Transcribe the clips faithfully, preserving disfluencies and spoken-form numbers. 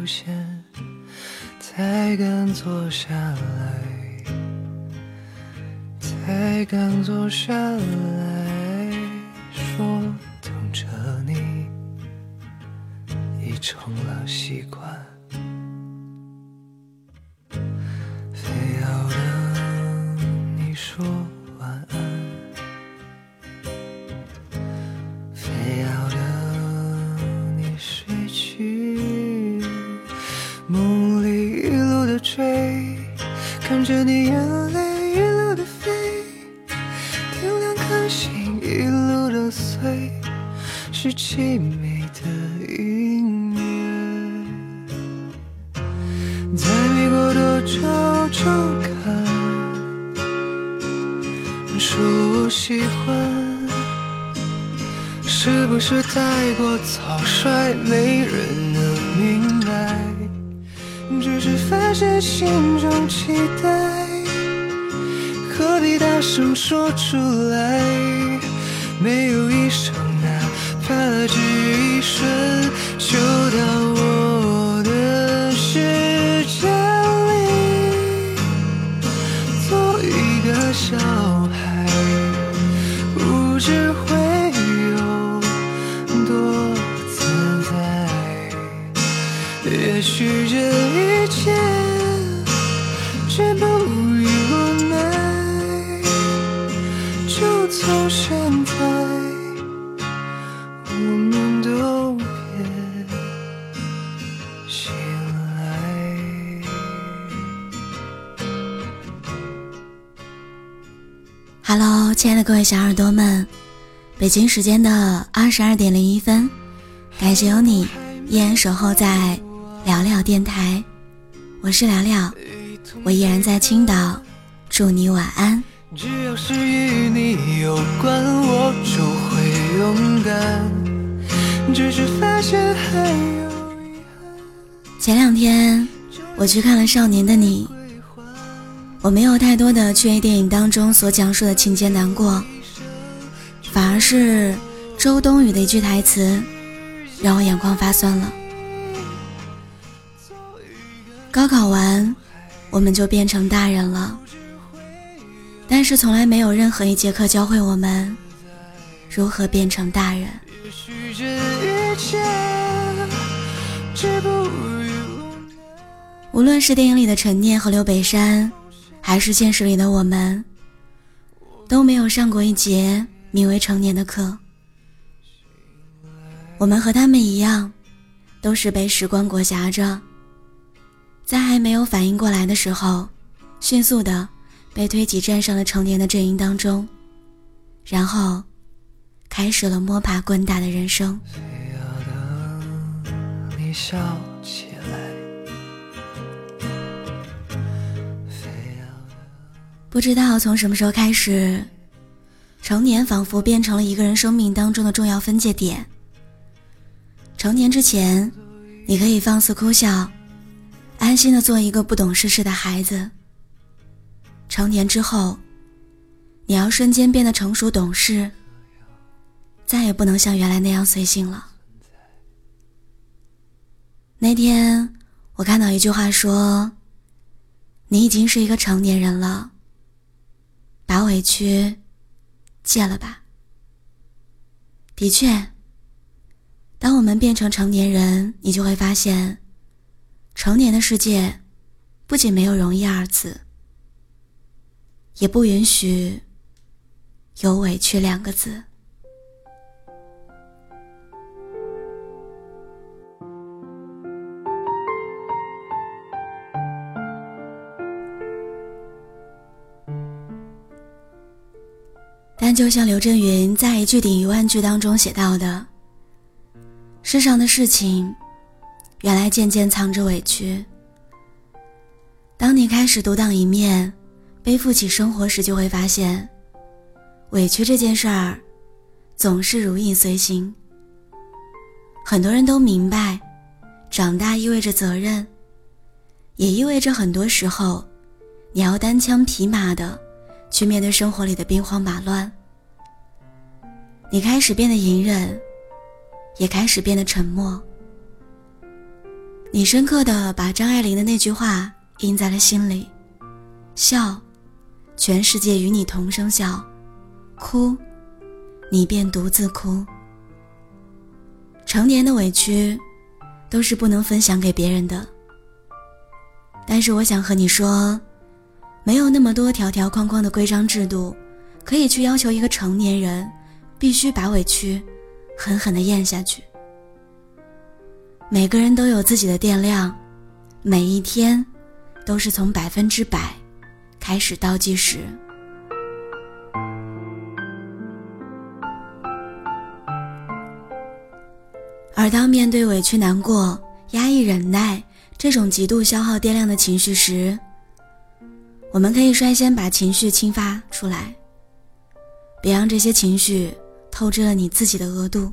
现，才敢坐下来，才敢坐下来说等着你，已成了习惯。非要等你说晚安，非要等你睡去，梦里一路的追，看着你眼泪一路的飞，听两颗心一路的碎，是凄美的音乐。在美国多找找看，说我喜欢，是不是太过草率，没人能明白，只是发现心中期待，何必大声说出来，没有一声哪怕只一瞬，就到我的世界里做一个小孩，不知会有多自在。也许这一切绝不与我奈，就从现在我们都别醒来。 Hello， 亲爱的各位小耳朵们，北京时间的二十二点零一分，感谢有你依然守候在聊聊电台，我是聊聊，我依然在青岛，祝你晚安。 只要是与你有关，我就会勇敢，只是发现还有遗憾。 前两天我去看了《少年的你》，我没有太多的去为电影当中所讲述的情节难过，反而是周冬雨的一句台词让我眼眶发酸了。高考完我们就变成大人了，但是从来没有任何一节课教会我们如何变成大人。无论是电影里的陈念和刘北山，还是现实里的我们，都没有上过一节名为成年的课。我们和他们一样，都是被时光裹挟着，在还没有反应过来的时候，迅速地被推挤站上了成年的阵营当中，然后开始了摸爬滚打的人生。 非要等你笑起来， 不知道从什么时候开始，成年仿佛变成了一个人生命当中的重要分界点。成年之前，你可以放肆哭笑，安心地做一个不懂世事的孩子。成年之后，你要瞬间变得成熟懂事，再也不能像原来那样随性了。那天我看到一句话说，你已经是一个成年人了，把委屈戒了吧。的确，当我们变成成年人，你就会发现，成年的世界不仅没有容易二字，也不允许有委屈两个字。但就像刘震云在一句顶一万句当中写到的，世上的事情原来渐渐藏着委屈，当你开始独当一面，背负起生活时，就会发现委屈这件事儿总是如影随形。很多人都明白，长大意味着责任，也意味着很多时候你要单枪匹马的去面对生活里的兵荒马乱。你开始变得隐忍，也开始变得沉默。 你深刻地把张爱玲的那句话印在了心里，笑，全世界与你同声笑，哭，你便独自哭。成年的委屈都是不能分享给别人的，但是我想和你说，没有那么多条条框框的规章制度可以去要求一个成年人必须把委屈狠狠地咽下去。每个人都有自己的电量，每一天都是从百分之百开始倒计时。而当面对委屈、难过、压抑、忍耐这种极度消耗电量的情绪时，我们可以率先把情绪倾发出来，别让这些情绪透支了你自己的额度。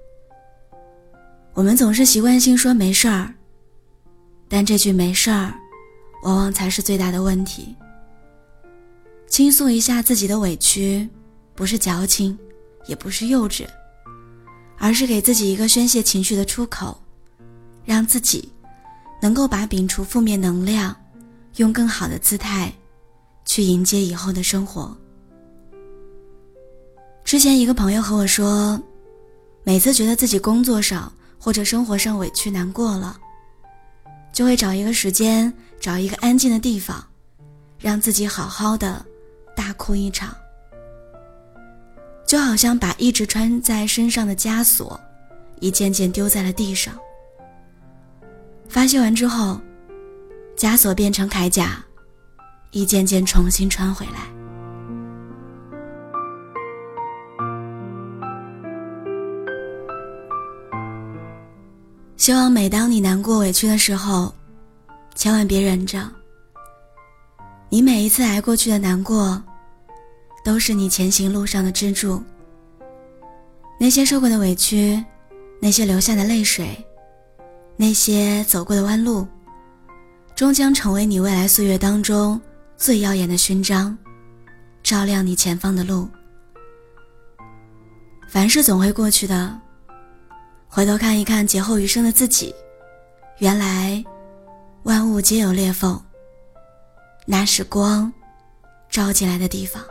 我们总是习惯性说没事儿，但这句没事儿往往才是最大的问题。倾诉一下自己的委屈，不是矫情，也不是幼稚，而是给自己一个宣泄情绪的出口，让自己能够把摒除负面能量，用更好的姿态去迎接以后的生活。之前一个朋友和我说，每次觉得自己工作上或者生活上委屈难过了，就会找一个时间，找一个安静的地方，让自己好好的大哭一场，就好像把一直穿在身上的枷锁一件件丢在了地上。发泄完之后，枷锁变成铠甲，一件件重新穿回来。希望每当你难过委屈的时候，千万别忍着。你每一次挨过去的难过，都是你前行路上的支柱。那些受过的委屈，那些流下的泪水，那些走过的弯路，终将成为你未来岁月当中最耀眼的勋章，照亮你前方的路。凡事总会过去的，回头看一看劫后余生的自己，原来万物皆有裂缝，那是光照进来的地方。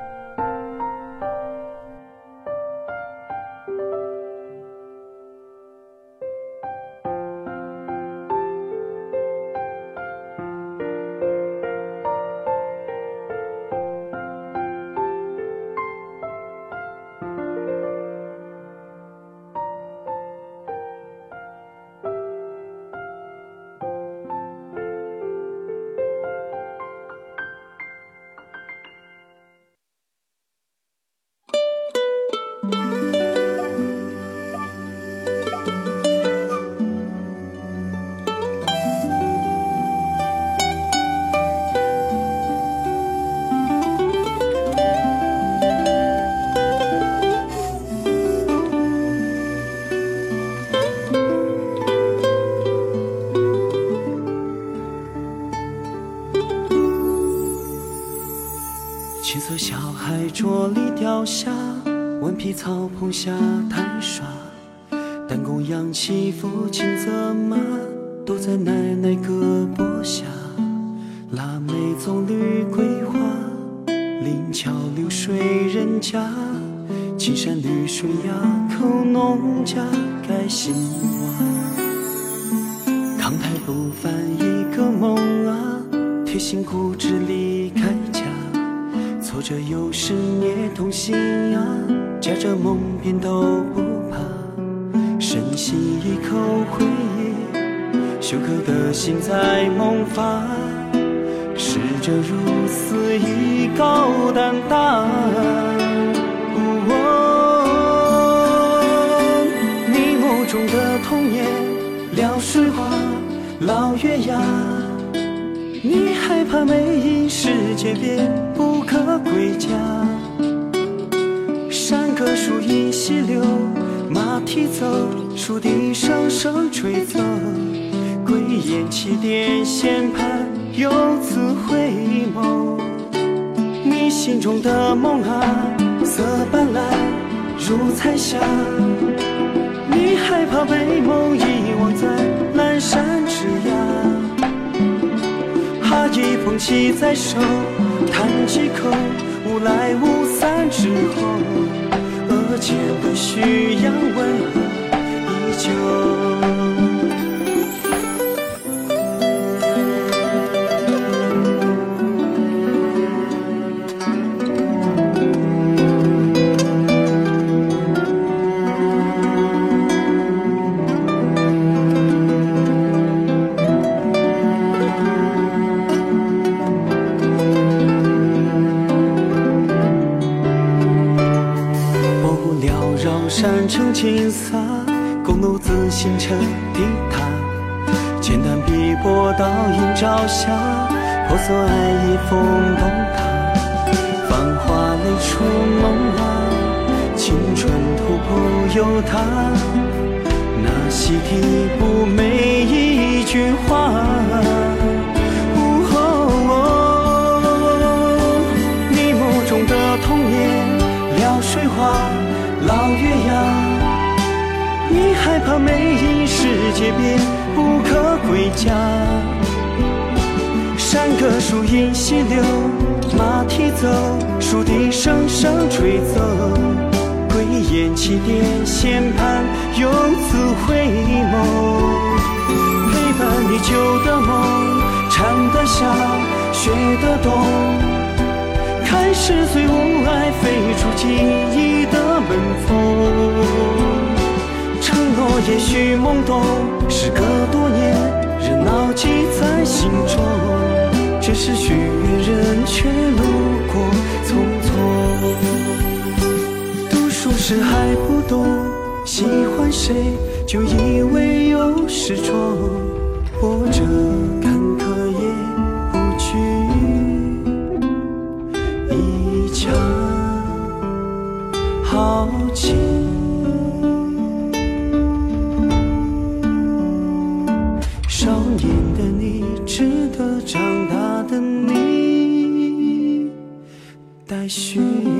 青色小孩桌里掉下，顽皮草棚下谈耍，弹弓扬起父亲责骂，都在奶奶胳膊下。腊梅棕榈桂花，林桥流水人家，青山绿水垭口农家盖新娃。慷慨不凡一个梦啊，贴心固执离开家，挫折有时捏痛心啊，夹着梦边都不怕，深吸一口回忆，休克的心在萌发，试着如此以高胆大。你眸中的童年，撩水花，老月牙，你害怕没因世界变不可归家。山歌树影溪流，马蹄走，树笛声声吹奏，归雁起点闲盼，游子回眸。你心中的梦啊，色斑斓如彩霞，你害怕被梦遗忘在阑珊处。 枝桠，哈一捧起在手，叹几口，无来无散之后，额间的虚阳问候依旧。山城金色，公路自行车地踏，简单碧波倒映朝霞，婆娑爱意风动它，繁华泪出梦啊，青春徒步有它，那西堤不每一句话。你目中的童年，撩水花，老月牙，你害怕每一世界变不可归家。山歌树影溪流，马蹄走，树笛声声吹奏，归雁起点闲盼，又自回眸。陪伴你旧的梦，缠得下，学得懂，看十岁无爱飞出记忆的门缝。承诺也许懵懂，时隔多年，仍牢记在心中，只是许愿人却路过匆匆。读书时还不懂，喜欢谁就以为有始终，波折坎坷也不惧，一腔豪情。少年的你，值得长大的你，待续。